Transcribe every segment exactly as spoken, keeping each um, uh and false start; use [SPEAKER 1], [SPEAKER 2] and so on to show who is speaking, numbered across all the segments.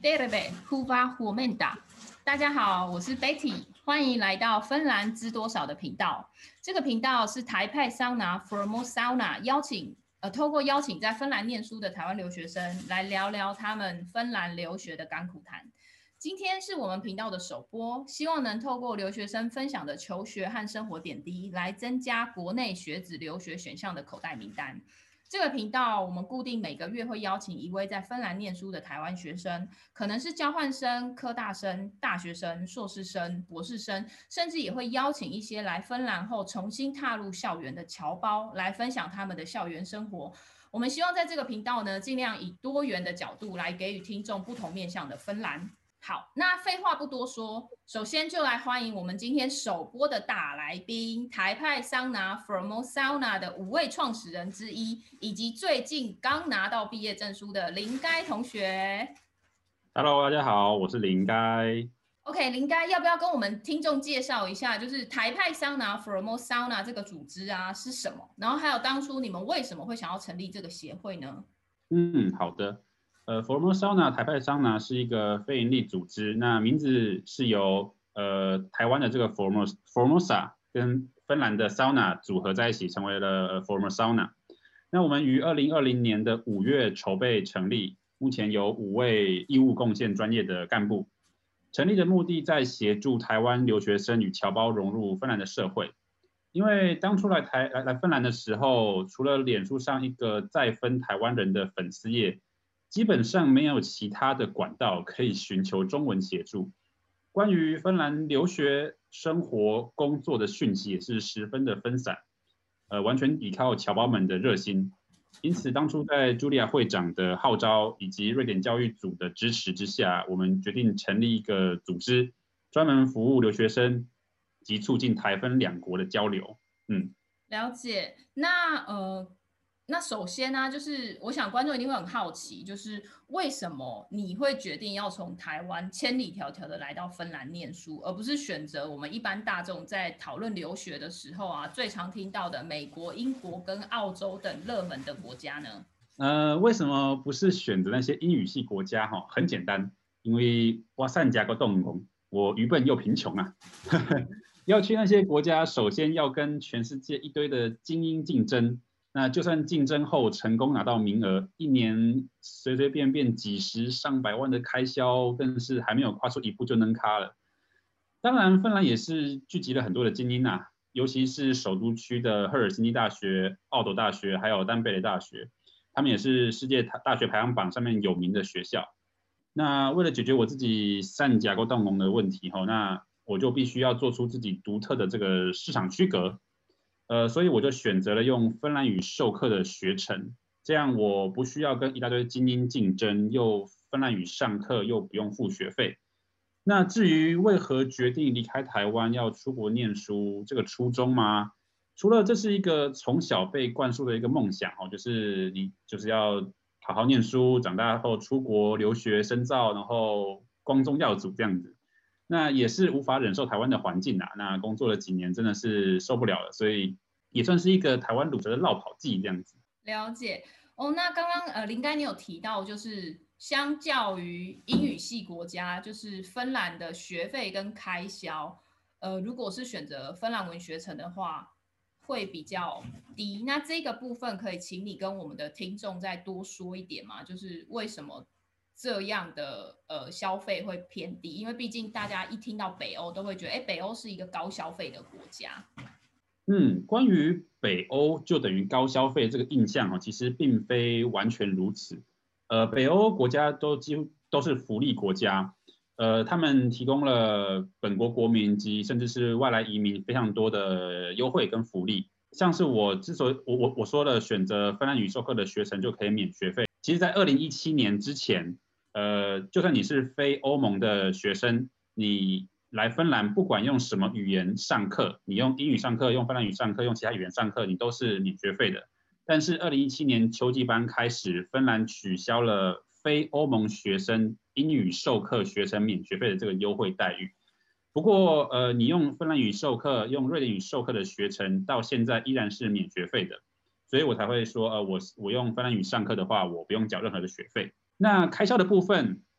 [SPEAKER 1] Terve, hyvää huomenta。大家好，我是 Betty， 欢迎来到芬兰知多少的频道。这个频道是台派桑拿 Formosauna 邀请呃，透过邀请在芬兰念书的台湾留学生来聊聊他们芬兰留学的甘苦谈。今天是我们频道的首播，希望能透过留学生分享的求学和生活点滴，来增加国内学子留学选项的口袋名单。这个频道我们固定每个月会邀请一位在芬兰念书的台湾学生，可能是交换生、科大生、大学生、硕士生、博士生，甚至也会邀请一些来芬兰后重新踏入校园的侨胞来分享他们的校园生活。我们希望在这个频道呢，尽量以多元的角度来给予听众不同面向的芬兰。好，那废话不多说，首先就来欢迎我们今天首播的大来宾，台派桑拿 Formosauna 的五位创始人之一，以及最近刚拿到毕业证书的林该同学。
[SPEAKER 2] Hello， 大家好，我是林该。
[SPEAKER 1] OK， 林该要不要跟我们听众介绍一下，就是台派桑拿 Formosauna 这个组织啊是什么？然后还有当初你们为什么会想要成立这个协会呢？
[SPEAKER 2] 嗯，好的。呃 ，Formosauna 台派桑拿是一个非营利组织，那名字是由呃台湾的这个 Formos Formosa 跟芬兰的 Sauna 组合在一起，成为了 Formosauna。那我们于二零二零年的五月筹备成立，目前有五位义务贡献专业的干部。成立的目的在协助台湾留学生与侨胞融入芬兰的社会。因为当初来台来来芬兰的时候，除了脸书上一个在芬台湾人的粉丝页，基本上没有其他的管道可以寻求中文协助。关于芬兰留学、生活、工作的讯息也是十分的分散，呃，完全依靠侨胞们的热心。因此，当初在茱莉亚会长的号召以及瑞典教育组的支持之下，我们决定成立一个组织，专门服务留学生及促进台芬两国的交流。嗯，
[SPEAKER 1] 了解。那呃。那首先呢、啊，就是我想观众一定会很好奇，就是为什么你会决定要从台湾千里迢迢的来到芬兰念书，而不是选择我们一般大众在讨论留学的时候啊，最常听到的美国、英国跟澳洲等热门的国家呢？
[SPEAKER 2] 呃，为什么不是选择那些英语系国家？哈，很简单，因为我善加个动工，我愚笨又贫穷啊。要去那些国家，首先要跟全世界一堆的精英竞争。那就算竞争后成功拿到名额，一年随随便便几十上百万的开销，更是还没有跨出一步就能卡了。当然，芬兰也是聚集了很多的精英啊，尤其是首都区的赫尔辛基大学、奥斗大学，还有丹贝雷大学，他们也是世界大学排行榜上面有名的学校。那为了解决我自己善假沟动工的问题，那我就必须要做出自己独特的这个市场区隔。呃，所以我就选择了用芬兰语授课的学程，这样我不需要跟一大堆精英竞争，又芬兰语上课又不用付学费。那至于为何决定离开台湾要出国念书，这个初衷吗？除了这是一个从小被灌输的一个梦想哦，就是你就是要好好念书，长大后出国留学深造，然后光宗耀祖这样子。那也是无法忍受台湾的环境啊，那工作了几年真的是受不了了，所以也算是一个台湾鲁蛇的落跑记这样子。
[SPEAKER 1] 了解哦。那刚刚呃林该你有提到，就是相较于英语系国家，就是芬兰的学费跟开销，呃，如果是选择芬兰文学程的话，会比较低。那这个部分可以请你跟我们的听众再多说一点吗？就是为什么这样的呃消费会偏低？因为毕竟大家一听到北欧都会觉得，哎，北欧是一个高消费的国家。
[SPEAKER 2] 嗯，关于北欧就等于高消费这个印象其实并非完全如此。呃，北欧国家都几乎都是福利国家，呃，他们提供了本国国民及甚至是外来移民非常多的优惠跟福利。像是我之所以我我我说了选择芬兰语授课的学程就可以免学费，其实在二零一七年之前，呃，就算你是非欧盟的学生，你来芬兰不管用什么语言上课，你用英语上课、用芬兰语上课、用其他语言上课，你都是免学费的。但是二零一七年秋季班开始，芬兰取消了非欧盟学生英语授课学程免学费的这个优惠待遇。不过，呃，你用芬兰语授课、用瑞典语授课的学程，到现在依然是免学费的，所以我才会说，呃，我我用芬兰语上课的话，我不用缴任何的学费。那开销的部分，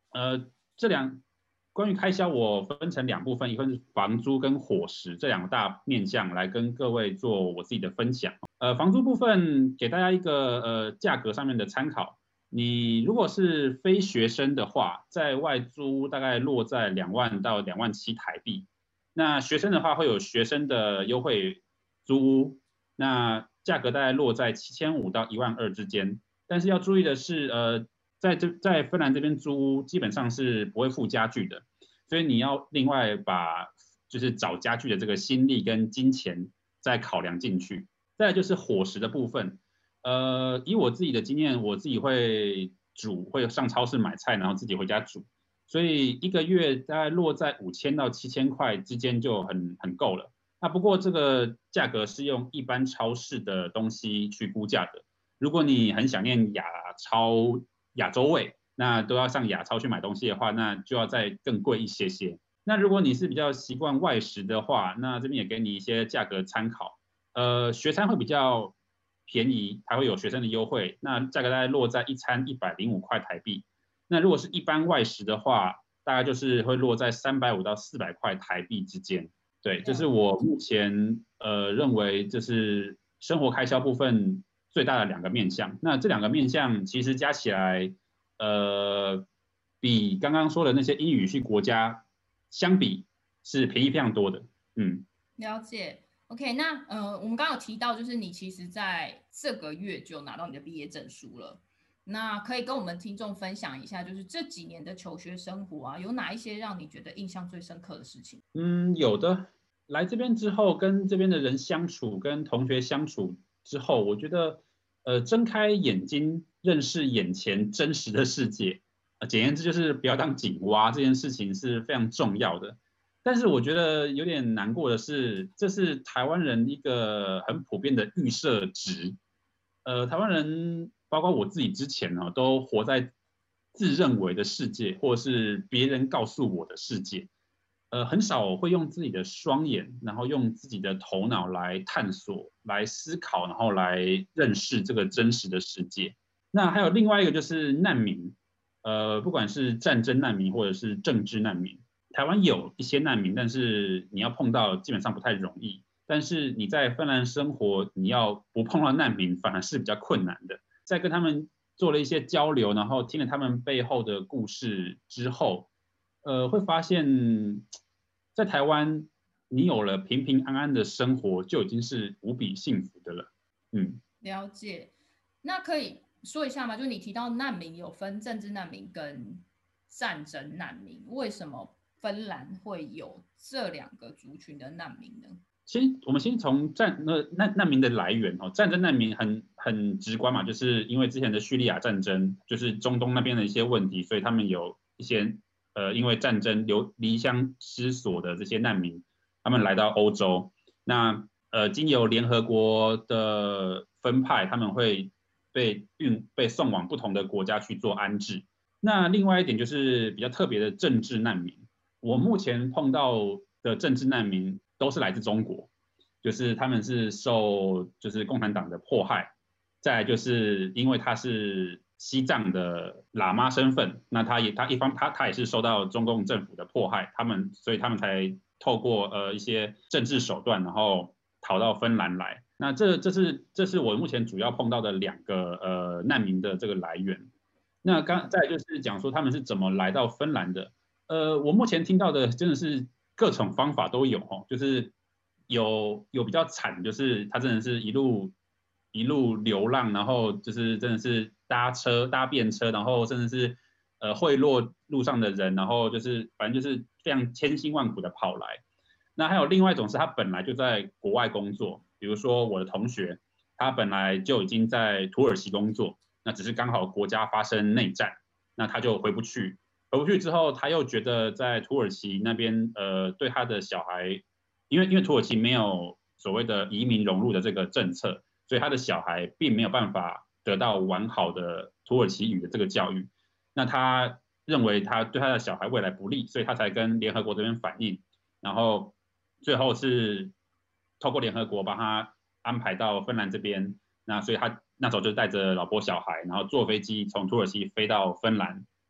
[SPEAKER 2] 呃，这两关于开销我分成两部分，一份是房租跟伙食这两大面向来跟各位做我自己的分享。呃，房租部分给大家一个呃价格上面的参考。你如果是非学生的话，在外租大概落在两万到两万七台币。那学生的话会有学生的优惠租屋，那价格大概落在七千五到一万二之间。但是要注意的是，呃，在这在芬兰这边租屋基本上是不会附家具的，所以你要另外把就是找家具的这个心力跟金钱再考量进去。再来就是伙食的部分，呃，以我自己的经验，我自己会煮，会上超市买菜，然后自己回家煮，所以一个月大概落在五千到七千块之间就很很够了。那不过这个价格是用一般超市的东西去估价的。如果你很想念亚超亚洲味，那都要上亚超去买东西的话，那就要再更贵一些些。那如果你是比较习惯外食的话，那这边也给你一些价格参考。呃，学餐会比较便宜，还会有学生的优惠，那价格大概落在一餐一百零五块台币。那如果是一般外食的话，大概就是会落在三百五到四百块台币之间。对，这是我目前呃认为这是生活开销部分最大的两个面向。那这两个面向其实加起来，呃，比刚刚说的那些英语系国家相比是便宜非常多的。嗯，
[SPEAKER 1] 了解。OK，那呃，我们刚刚有提到，就是你其实在这个月就拿到你的毕业证书了。那可以跟我们听众分享一下，就是这几年的求学生活啊，有哪一些让你觉得印象最深刻的事情？
[SPEAKER 2] 嗯，有的。来这边之后，跟这边的人相处，跟同学相处之后，我觉得，呃，睁开眼睛认识眼前真实的世界，呃，简言之就是不要当井蛙，这件事情是非常重要的。但是我觉得有点难过的是，这是台湾人一个很普遍的预设值。呃，台湾人包括我自己之前呢、啊，都活在自认为的世界，或者是别人告诉我的世界。呃，很少会用自己的双眼，然后用自己的头脑来探索、来思考，然后来认识这个真实的世界。那还有另外一个就是难民，呃，不管是战争难民或者是政治难民，台湾有一些难民，但是你要碰到基本上不太容易。但是你在芬兰生活，你要不碰到难民反而是比较困难的。在跟他们做了一些交流，然后听了他们背后的故事之后，呃，会发现，在台湾你有了平平安安的生活，就已经是无比幸福的了。嗯，
[SPEAKER 1] 了解。那可以说一下吗？就是你提到难民有分政治难民跟战争难民，为什么芬兰会有这两个族群的难民呢？
[SPEAKER 2] 其实我们先从战那难难民的来源哦，战争难民很很直观嘛，就是因为之前的叙利亚战争，就是中东那边的一些问题，所以他们有一些呃因为战争流离乡失所的这些难民，他们来到欧洲，那呃经由联合国的分派，他们会被运被送往不同的国家去做安置。那另外一点就是比较特别的政治难民，我目前碰到的政治难民都是来自中国，就是他们是受就是共产党的迫害，再来就是因为他是西藏的喇嘛身份，那他也他一方他他也是受到中共政府的迫害，他们所以他们才透过呃一些政治手段，然后逃到芬兰来。那这这是这是我目前主要碰到的两个呃难民的这个来源。那刚再就是讲说他们是怎么来到芬兰的。呃，我目前听到的真的是各种方法都有哦，就是有有比较惨，就是他真的是一路一路流浪，然后就是真的是搭车搭便车，然后甚至是呃贿赂路上的人，然后就是反正就是非常千辛万苦的跑来。那还有另外一种是他本来就在国外工作，比如说我的同学，他本来就已经在土耳其工作，那只是刚好国家发生内战，那他就回不去。回不去之后，他又觉得在土耳其那边，呃，对他的小孩，因为因为土耳其没有所谓的移民融入的这个政策，所以他的小孩并没有办法得到完好的土耳其语的这个教育。那他认为他对他的小孩未来不利，所以他才跟联合国这边反映，然后最后是透过联合国帮他安排到芬兰这边。那所以他那时候就带着老婆小孩，然后坐飞机从土耳其飞到芬兰。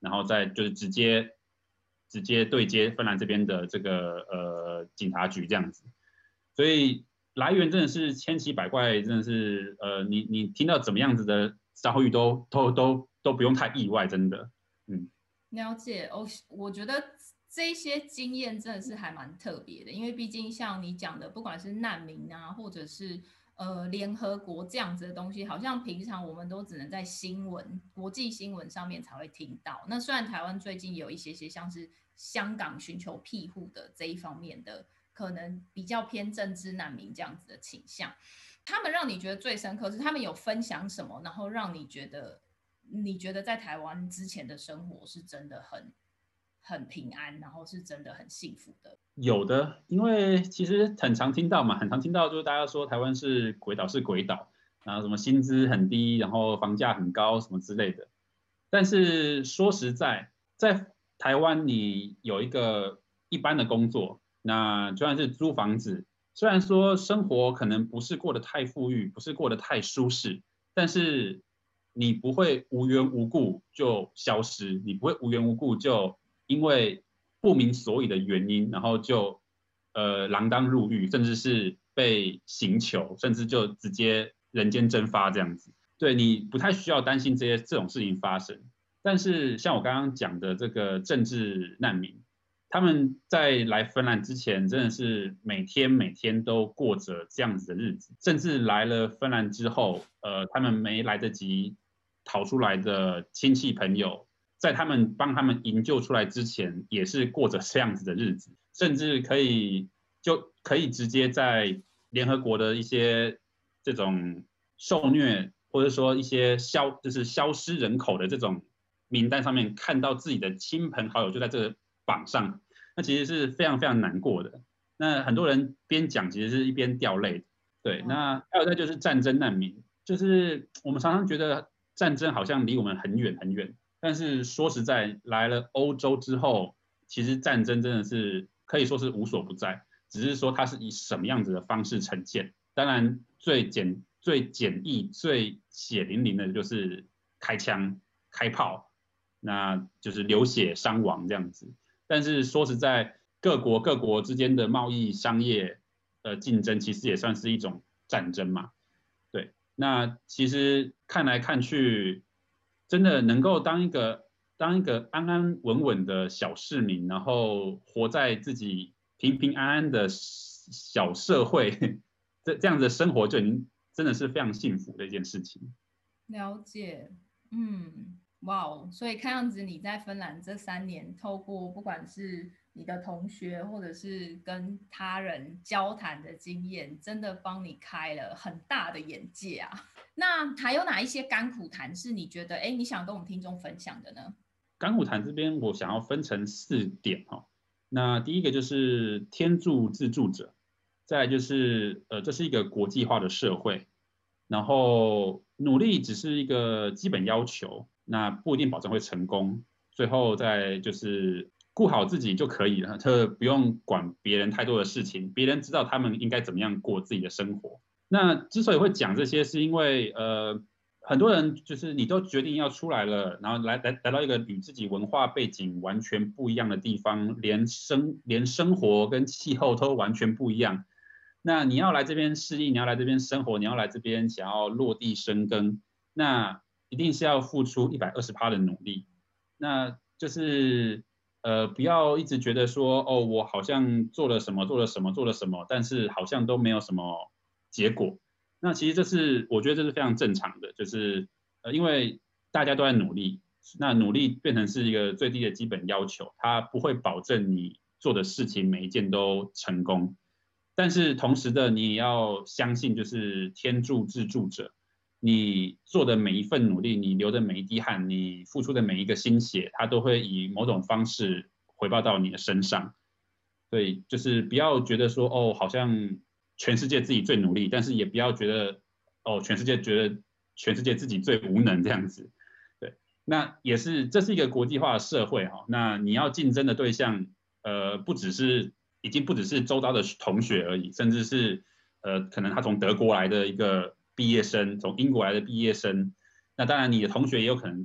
[SPEAKER 2] 然后再就是直接直接对接芬兰这边的这个呃警察局这样子，所以来源真的是千奇百怪，真的是呃你你听到怎么样子的遭遇都都都都不用太意外，真的，嗯，
[SPEAKER 1] 了解哦，我觉得这些经验真的是还蛮特别的，因为毕竟像你讲的，不管是难民啊，或者是呃联合国这样子的东西，好像平常我们都只能在新闻、国际新闻上面才会听到。那虽然台湾最近有一些些像是香港寻求庇护的这一方面的，可能比较偏政治难民这样子的倾向，他们让你觉得最深刻是他们有分享什么，然后让你觉得你觉得在台湾之前的生活是真的很很平安，然后是真的很幸福的。
[SPEAKER 2] 有的，因为其实很常听到嘛，很常听到就是大家说台湾是鬼岛是鬼岛，然后什么薪资很低，然后房价很高什么之类的。但是说实在，在台湾你有一个一般的工作，那就算是租房子，虽然说生活可能不是过得太富裕，不是过得太舒适，但是你不会无缘无故就消失，你不会无缘无故就因为不明所以的原因，然后就呃锒铛入狱，甚至是被刑求，甚至就直接人间蒸发这样子。对，你不太需要担心这些这种事情发生。但是像我刚刚讲的这个政治难民，他们在来芬兰之前，真的是每天每天都过着这样子的日子，甚至来了芬兰之后，呃，他们没来得及逃出来的亲戚朋友，在他们帮他们营救出来之前，也是过着这样子的日子，甚至可以就可以直接在联合国的一些这种受虐或者说一些消就是消失人口的这种名单上面看到自己的亲朋好友就在这个榜上，那其实是非常非常难过的。那很多人边讲其实是一边掉泪。对，那还有再就是战争难民，就是我们常常觉得战争好像离我们很远很远，但是说实在，来了欧洲之后，其实战争真的是可以说是无所不在，只是说它是以什么样子的方式呈现。当然最简最简易、最血淋淋的就是开枪、开炮，那就是流血伤亡这样子。但是说实在，各国各国之间的贸易、商业呃竞争，其实也算是一种战争嘛。对，那其实看来看去，真的能够当一个当一个安安稳稳的小市民，然后活在自己平平安安的小社会，这这样子的生活就已经真的是非常幸福的一件事情。
[SPEAKER 1] 了解，嗯，哇哦，所以看样子你在芬兰这三年，透过不管是你的同学或者是跟他人交谈的经验，真的帮你开了很大的眼界啊。那还有哪一些甘苦谈是你觉得，哎，你想跟我们听众分享的呢？
[SPEAKER 2] 甘苦谈这边我想要分成四点哈、哦，那第一个就是天助自助者，再来就是呃这是一个国际化的社会，然后努力只是一个基本要求，那不一定保证会成功，最后再就是顾好自己就可以了，这不用管别人太多的事情，别人知道他们应该怎么样过自己的生活。那之所以会讲这些，是因为呃。很多人就是你都决定要出来了，然后来来来到一个与自己文化背景完全不一样的地方，连生连生活跟气候都完全不一样。那你要来这边适应，你要来这边生活，你要来这边想要落地生根，那一定是要付出一百二十趴的努力。那就是呃不要一直觉得说哦我好像做了什么做了什么做了什么，但是好像都没有什么结果。那其实这是我觉得这是非常正常的，就是呃因为大家都在努力，那努力变成是一个最低的基本要求，它不会保证你做的事情每一件都成功，但是同时的你也要相信，就是天助自助者，你做的每一份努力，你流的每一滴汗，你付出的每一个心血，它都会以某种方式回报到你的身上。所以就是不要觉得说哦好像全世界自己最努力，但是也不要觉得哦，全世界觉得全世界自己最无能这样子。对，那也是这是一个国际化的社会哈、哦，那你要竞争的对象，呃，不只是已经不只是周遭的同学而已，甚至是呃，可能他从德国来的一个毕业生，从英国来的毕业生，那当然你的同学也有可能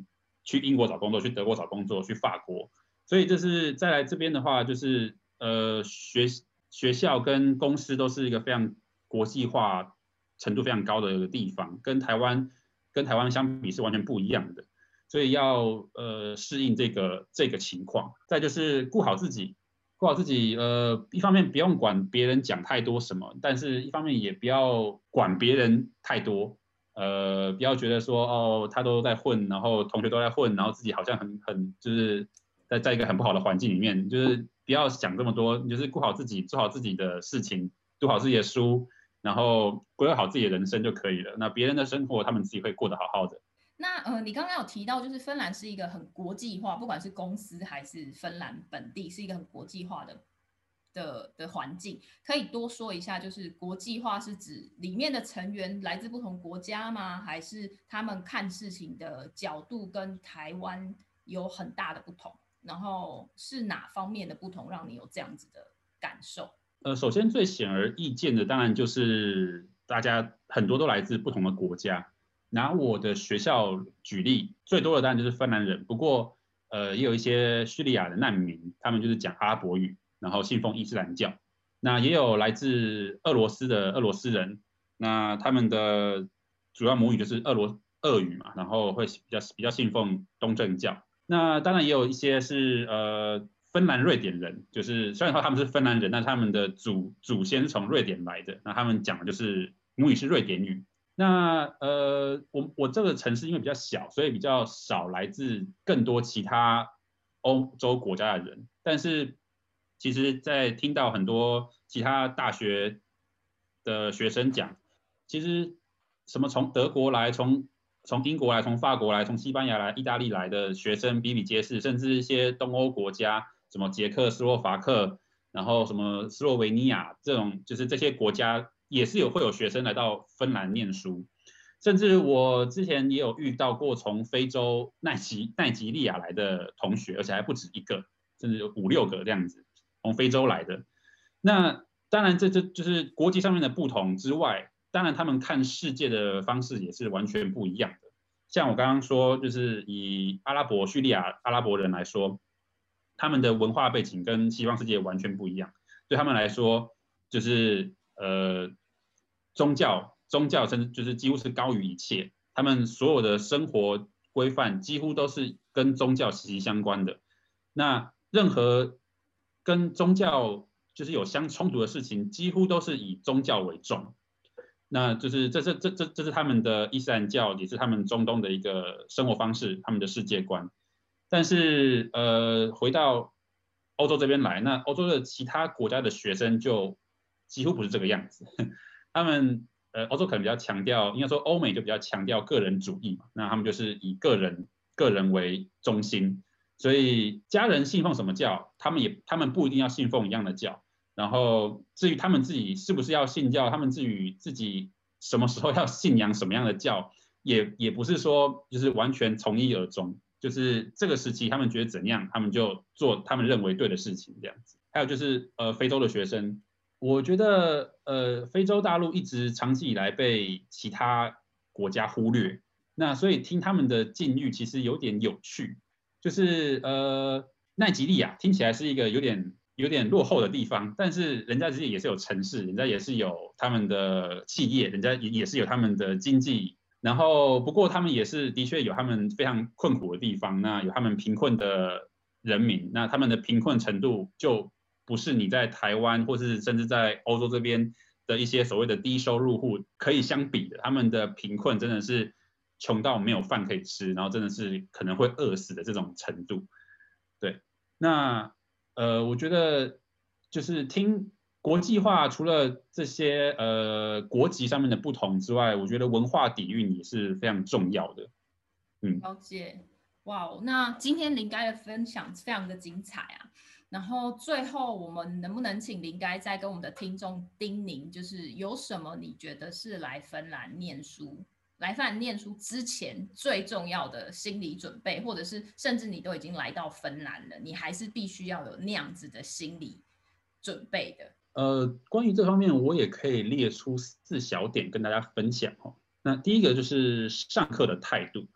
[SPEAKER 2] 去英国找工作，去德国找工作，去法国。所以这是再来这边的话，就是呃学学校跟公司都是一个非常国际化程度非常高的一个地方，跟台湾跟台湾相比是完全不一样的。所以要呃适应这个这个情况。再就是顾好自己，顾好自己，呃，一方面不用管别人讲太多什么，但是一方面也不要管别人太多。呃，不要觉得说哦，他都在混，然后同学都在混，然后自己好像很很就是在在一个很不好的环境里面，就是不要想这么多，你就是顾好自己，做好自己的事情，读好自己的书，然后规划好自己的人生就可以了。那别人的生活，他们自己会过得好好的。
[SPEAKER 1] 那呃，你刚刚有提到，就是芬兰是一个很国际化，不管是公司还是芬兰本地，是一个很国际化的的的环境。可以多说一下，就是国际化是指里面的成员来自不同国家吗？还是他们看事情的角度跟台湾有很大的不同？然后是哪方面的不同让你有这样子的感受？
[SPEAKER 2] 呃，首先最显而易见的，当然就是大家很多都来自不同的国家。拿我的学校举例，最多的当然就是芬兰人，不过呃也有一些叙利亚的难民，他们就是讲阿拉伯语，然后信奉伊斯兰教。那也有来自俄罗斯的俄罗斯人，那他们的主要母语就是俄罗俄语嘛，然后会比较比较信奉东正教。那当然也有一些是呃芬兰瑞典人，就是虽然说他们是芬兰人，但他们的祖祖先是从瑞典来的，那他们讲的就是母语是瑞典语。那呃，我我这个城市因为比较小，所以比较少来自更多其他欧洲国家的人。但是其实，在听到很多其他大学的学生讲，其实什么从德国来、从从英国来、从法国来、从西班牙来、意大利来的学生比比皆是，甚至一些东欧国家，什么捷克斯洛伐克，然后什么斯洛维尼亚这种，就是这些国家。也是有会有学生来到芬兰念书，甚至我之前也有遇到过从非洲奈吉奈吉利亚来的同学，而且还不止一个，甚至有五六个这样子从非洲来的。那当然这这就是国籍上面的不同之外，当然他们看世界的方式也是完全不一样的。像我刚刚说，就是以阿拉伯叙利亚阿拉伯人来说，他们的文化背景跟西方世界完全不一样，对他们来说就是呃。宗教，宗教甚至就是几乎是高于一切，他们所有的生活规范几乎都是跟宗教息息相关的。那任何跟宗教就是有相冲突的事情，几乎都是以宗教为重。那就是这这这这这是他们的伊斯兰教，也是他们中东的一个生活方式，他们的世界观。但是呃，回到欧洲这边来，那欧洲的其他国家的学生就几乎不是这个样子。他们呃，欧洲可能比较强调，应该说欧美就比较强调个人主义嘛，那他们就是以个人个人为中心，所以家人信奉什么教，他们也他们不一定要信奉一样的教。然后至于他们自己是不是要信教，他们至于自己什么时候要信仰什么样的教，也也不是说就是完全从一而终，就是这个时期他们觉得怎样，他们就做他们认为对的事情这样子。还有就是呃，非洲的学生。我觉得，呃，非洲大陆一直长期以来被其他国家忽略，那所以听他们的境遇其实有点有趣，就是呃，奈及利亚听起来是一个有点有点落后的地方，但是人家其实也是有城市，人家也是有他们的企业，人家也也是有他们的经济，然后不过他们也是的确有他们非常困苦的地方，那有他们贫困的人民，那他们的贫困程度就。不是你在台湾或是甚至在欧洲这边的一些所谓的低收入户可以相比的，他们的贫困真的是穷到没有饭可以吃，然后真的是可能会饿死的这种程度。对，那呃，我觉得就是听国际化，除了这些呃国籍上面的不同之外，我觉得文化底蕴也是非常重要的。嗯，
[SPEAKER 1] 了解。哇哦，那今天林该的分享非常的精彩啊。然后最后，我们能不能请林该再跟我们的听众叮咛，就是有什么你觉得是来芬兰念书、来芬兰念书之前最重要的心理准备，或者是甚至你都已经来到芬兰了，你还是必须要有那样子的心理准备的？
[SPEAKER 2] 呃，关于这方面，我也可以列出四小点跟大家分享哦。那第一个就是上课的态度。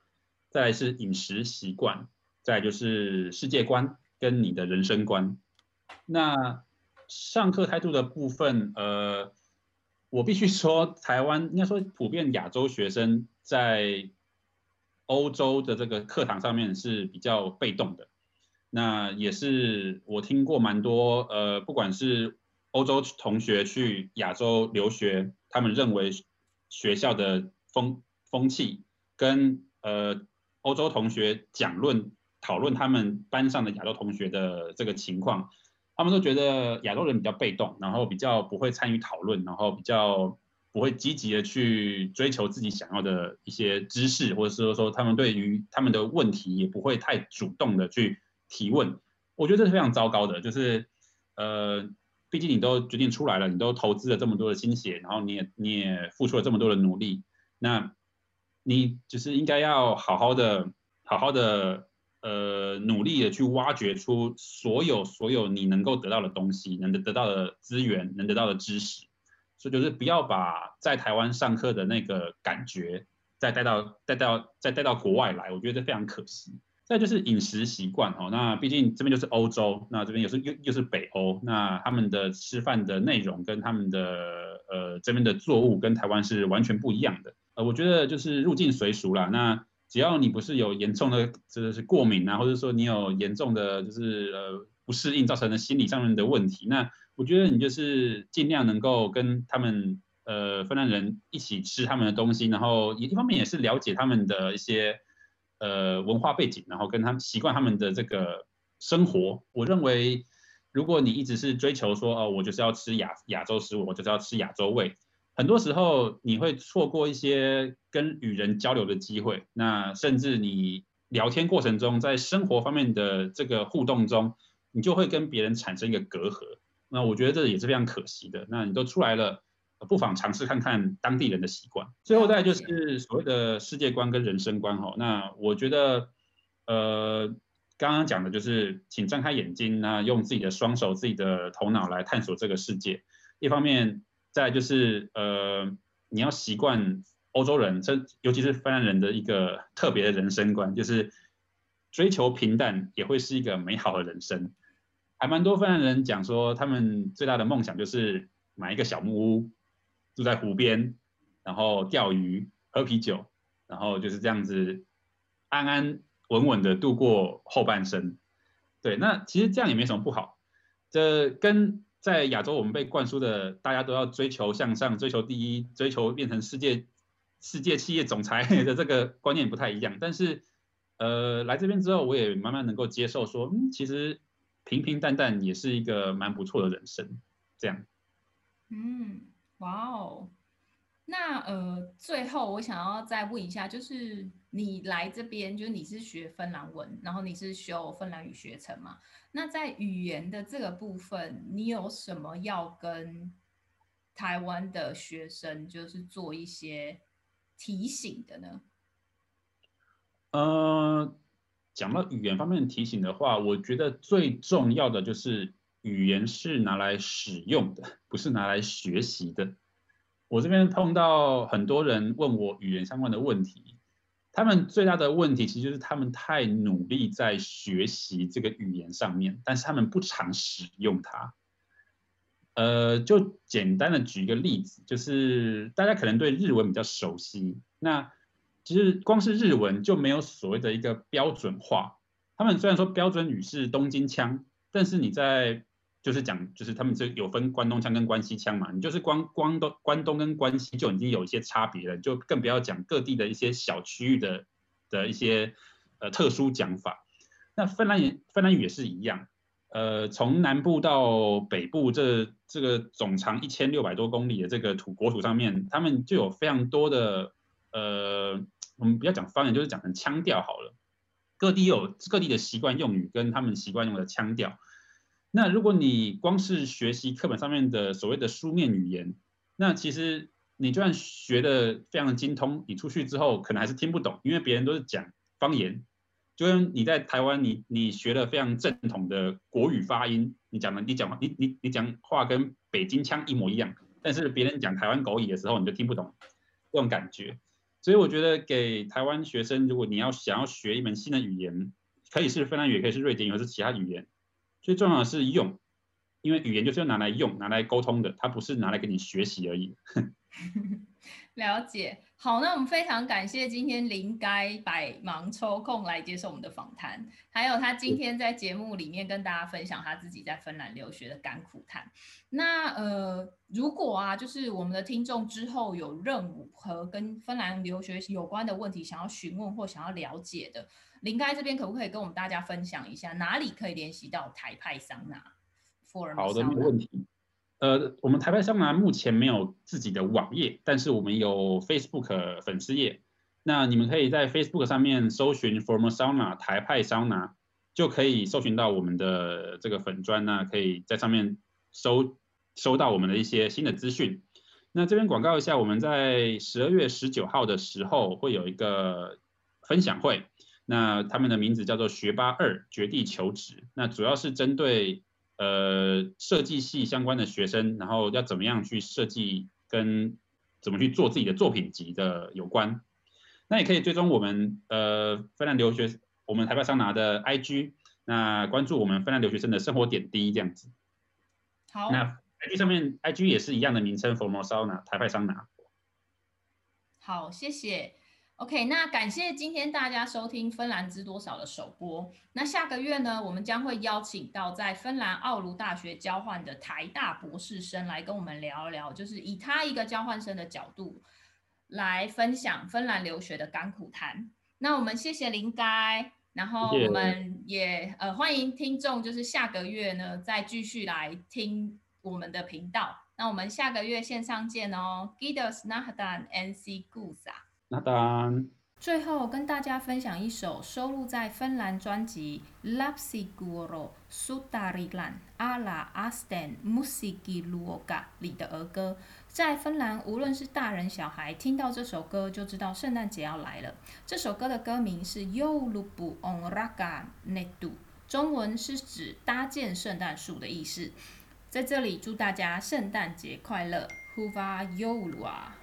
[SPEAKER 2] 再来是饮食习惯，再来就是世界观跟你的人生观。那上课态度的部分，呃，我必须说，台湾应该说普遍亚洲学生在欧洲的这个课堂上面是比较被动的。那也是我听过蛮多，呃，不管是欧洲同学去亚洲留学，他们认为学校的风风气跟呃欧洲同学讲论讨论他们班上的亚洲同学的这个情况，他们都觉得亚洲人比较被动，然后比较不会参与讨论，然后比较不会积极的去追求自己想要的一些知识，或者是说他们对于他们的问题也不会太主动的去提问。我觉得这是非常糟糕的，就是呃，毕竟你都决定出来了，你都投资了这么多的心血，然后你也你也付出了这么多的努力，那你就是应该要好好的好好的呃努力的去挖掘出所有所有你能够得到的东西，能得到的资源，能得到的知识。所以就是不要把在台湾上课的那个感觉再带到带到再带到国外来，我觉得非常可惜。再就是饮食习惯哦，那毕竟这边就是欧洲，那这边又是又又是北欧，那他们的吃饭的内容跟他们的呃这边的作物跟台湾是完全不一样的。呃，我觉得就是入境随俗啦。那只要你不是有严重的就是过敏啊，或者说你有严重的就是呃不适应造成的心理上面的问题，那我觉得你就是尽量能够跟他们呃芬兰人一起吃他们的东西，然后一方面也是了解他们的一些呃文化背景，然后跟他们习惯他们的这个生活。我认为，如果你一直是追求说哦，我就是要吃亚亚洲食物，我就是要吃亚洲味，很多时候你会错过一些跟与人交流的机会，那甚至你聊天过程中，在生活方面的这个互动中，你就会跟别人产生一个隔阂。那我觉得这也是非常可惜的。那你都出来了，不妨尝试看看当地人的习惯。最后再就是所谓的世界观跟人生观哈。那我觉得，呃，刚刚讲的就是请张开眼睛，那用自己的双手、自己的头脑来探索这个世界。一方面，再来就是呃，你要习惯欧洲人，这尤其是芬兰人的一个特别的人生观，就是追求平淡也会是一个美好的人生。还蛮多芬兰人讲说，他们最大的梦想就是买一个小木屋，住在湖边，然后钓鱼、喝啤酒，然后就是这样子安安稳稳的度过后半生。对，那其实这样也没什么不好。这跟在亚洲我们被灌输的，大家都要追求向上、追求第一、追求变成世界世界企业总裁的这个观念不太一样。但是，呃，来这边之后，我也慢慢能够接受说，嗯，其实平平淡淡也是一个蛮不错的人生。这样。
[SPEAKER 1] 嗯，哇哦。那呃，最后我想要再问一下，就是你来这边，就是你是学芬兰文，然后你是修芬兰语学程嘛？那在语言的这个部分，你有什么要跟台湾的学生就是做一些提醒的呢？
[SPEAKER 2] 呃，讲到语言方面的提醒的话，我觉得最重要的就是语言是拿来使用的，不是拿来学习的。我这边碰到很多人问我语言相关的问题，他们最大的问题其实就是他们太努力在学习这个语言上面，但是他们不常使用它。呃，就简单的举一个例子，就是大家可能对日文比较熟悉，那其实光是日文就没有所谓的一个标准化。他们虽然说标准语是东京腔，但是你在就是讲就是他们这有分关东腔跟关西腔嘛，你就是光光东关东跟关西就已经有一些差别了，就更不要讲各地的一些小区域的的一些呃特殊讲法。那芬兰语芬兰语也是一样。呃，从南部到北部这这个总长一千六百多公里的这个土国土上面，他们就有非常多的呃，我们不要讲方言，就是讲成腔调好了。各地有各地的习惯用语跟他们习惯用的腔调。那如果你光是学习课本上面的所谓的书面语言，那其实你就算学的非常的精通，你出去之后可能还是听不懂，因为别人都是讲方言。就跟你在台湾你，你学了非常正统的国语发音，你讲的你讲你你你讲话跟北京腔一模一样，但是别人讲台湾狗语的时候，你就听不懂这种感觉。 所以我觉得给台湾学生，如果你要想要学一门新的语言，可以是芬兰语，也可以是瑞典语，或是其他语言，最重要的是用，因为语言就是要拿来用、拿来沟通的，它不是拿来给你学习而已。
[SPEAKER 1] 了解，好，那我们非常感谢今天林该百忙抽空来接受我们的访谈，还有他今天在节目里面跟大家分享他自己在芬兰留学的甘苦谈。那呃，如果啊，就是我们的听众之后有任何跟芬兰留学有关的问题想要询问或想要了解的，林该这边可不可以跟我们大家分享一下，哪里可以联系到台派桑拿？
[SPEAKER 2] 好的，没有问题。呃，我们台派桑拿目前没有自己的网页，但是我们有 Facebook 粉丝页。那你们可以在 Facebook 上面搜寻 Formosauna 台派桑拿，就可以搜寻到我们的这个粉专呢，可以在上面收收到我们的一些新的资讯。那这边广告一下，我们在十二月十九号的时候会有一个分享会，那他们的名字叫做学霸二绝地求职，那主要是针对呃，设计系相关的学生，然后要怎么样去设计跟怎么去做自己的作品集的有关。那也可以追踪我们呃芬兰留学，我们台派桑拿的 I G， 那关注我们芬兰留学生的生活点滴这样子。
[SPEAKER 1] 好，
[SPEAKER 2] 那 I G 上面 I G 也是一样的名称 Formosauna 台派桑拿。
[SPEAKER 1] 好，谢谢。OK， 那感谢今天大家收听芬兰知多少的首播。那下个月呢，我们将会邀请到在芬兰奥卢大学交换的台大博士生来跟我们聊一聊，就是以他一个交换生的角度来分享芬兰留学的甘苦谈。那我们谢谢林该，然后我们也呃欢迎听众，就是下个月呢再继续来听我们的频道。那我们下个月线上见哦 ，Kiitos nähdään ensi kuussa。
[SPEAKER 2] 那当然。
[SPEAKER 1] 最后跟大家分享一首收录在芬兰专辑《Lapsikuoro Sutarilan ala Asteen musiikkiluokka》里的儿歌。在芬兰，无论是大人小孩，听到这首歌就知道圣诞节要来了。这首歌的歌名是 Joulupuu on rakennettu， 中文是指搭建圣诞树的意思。在这里祝大家圣诞节快乐 ，Hyvää joulua！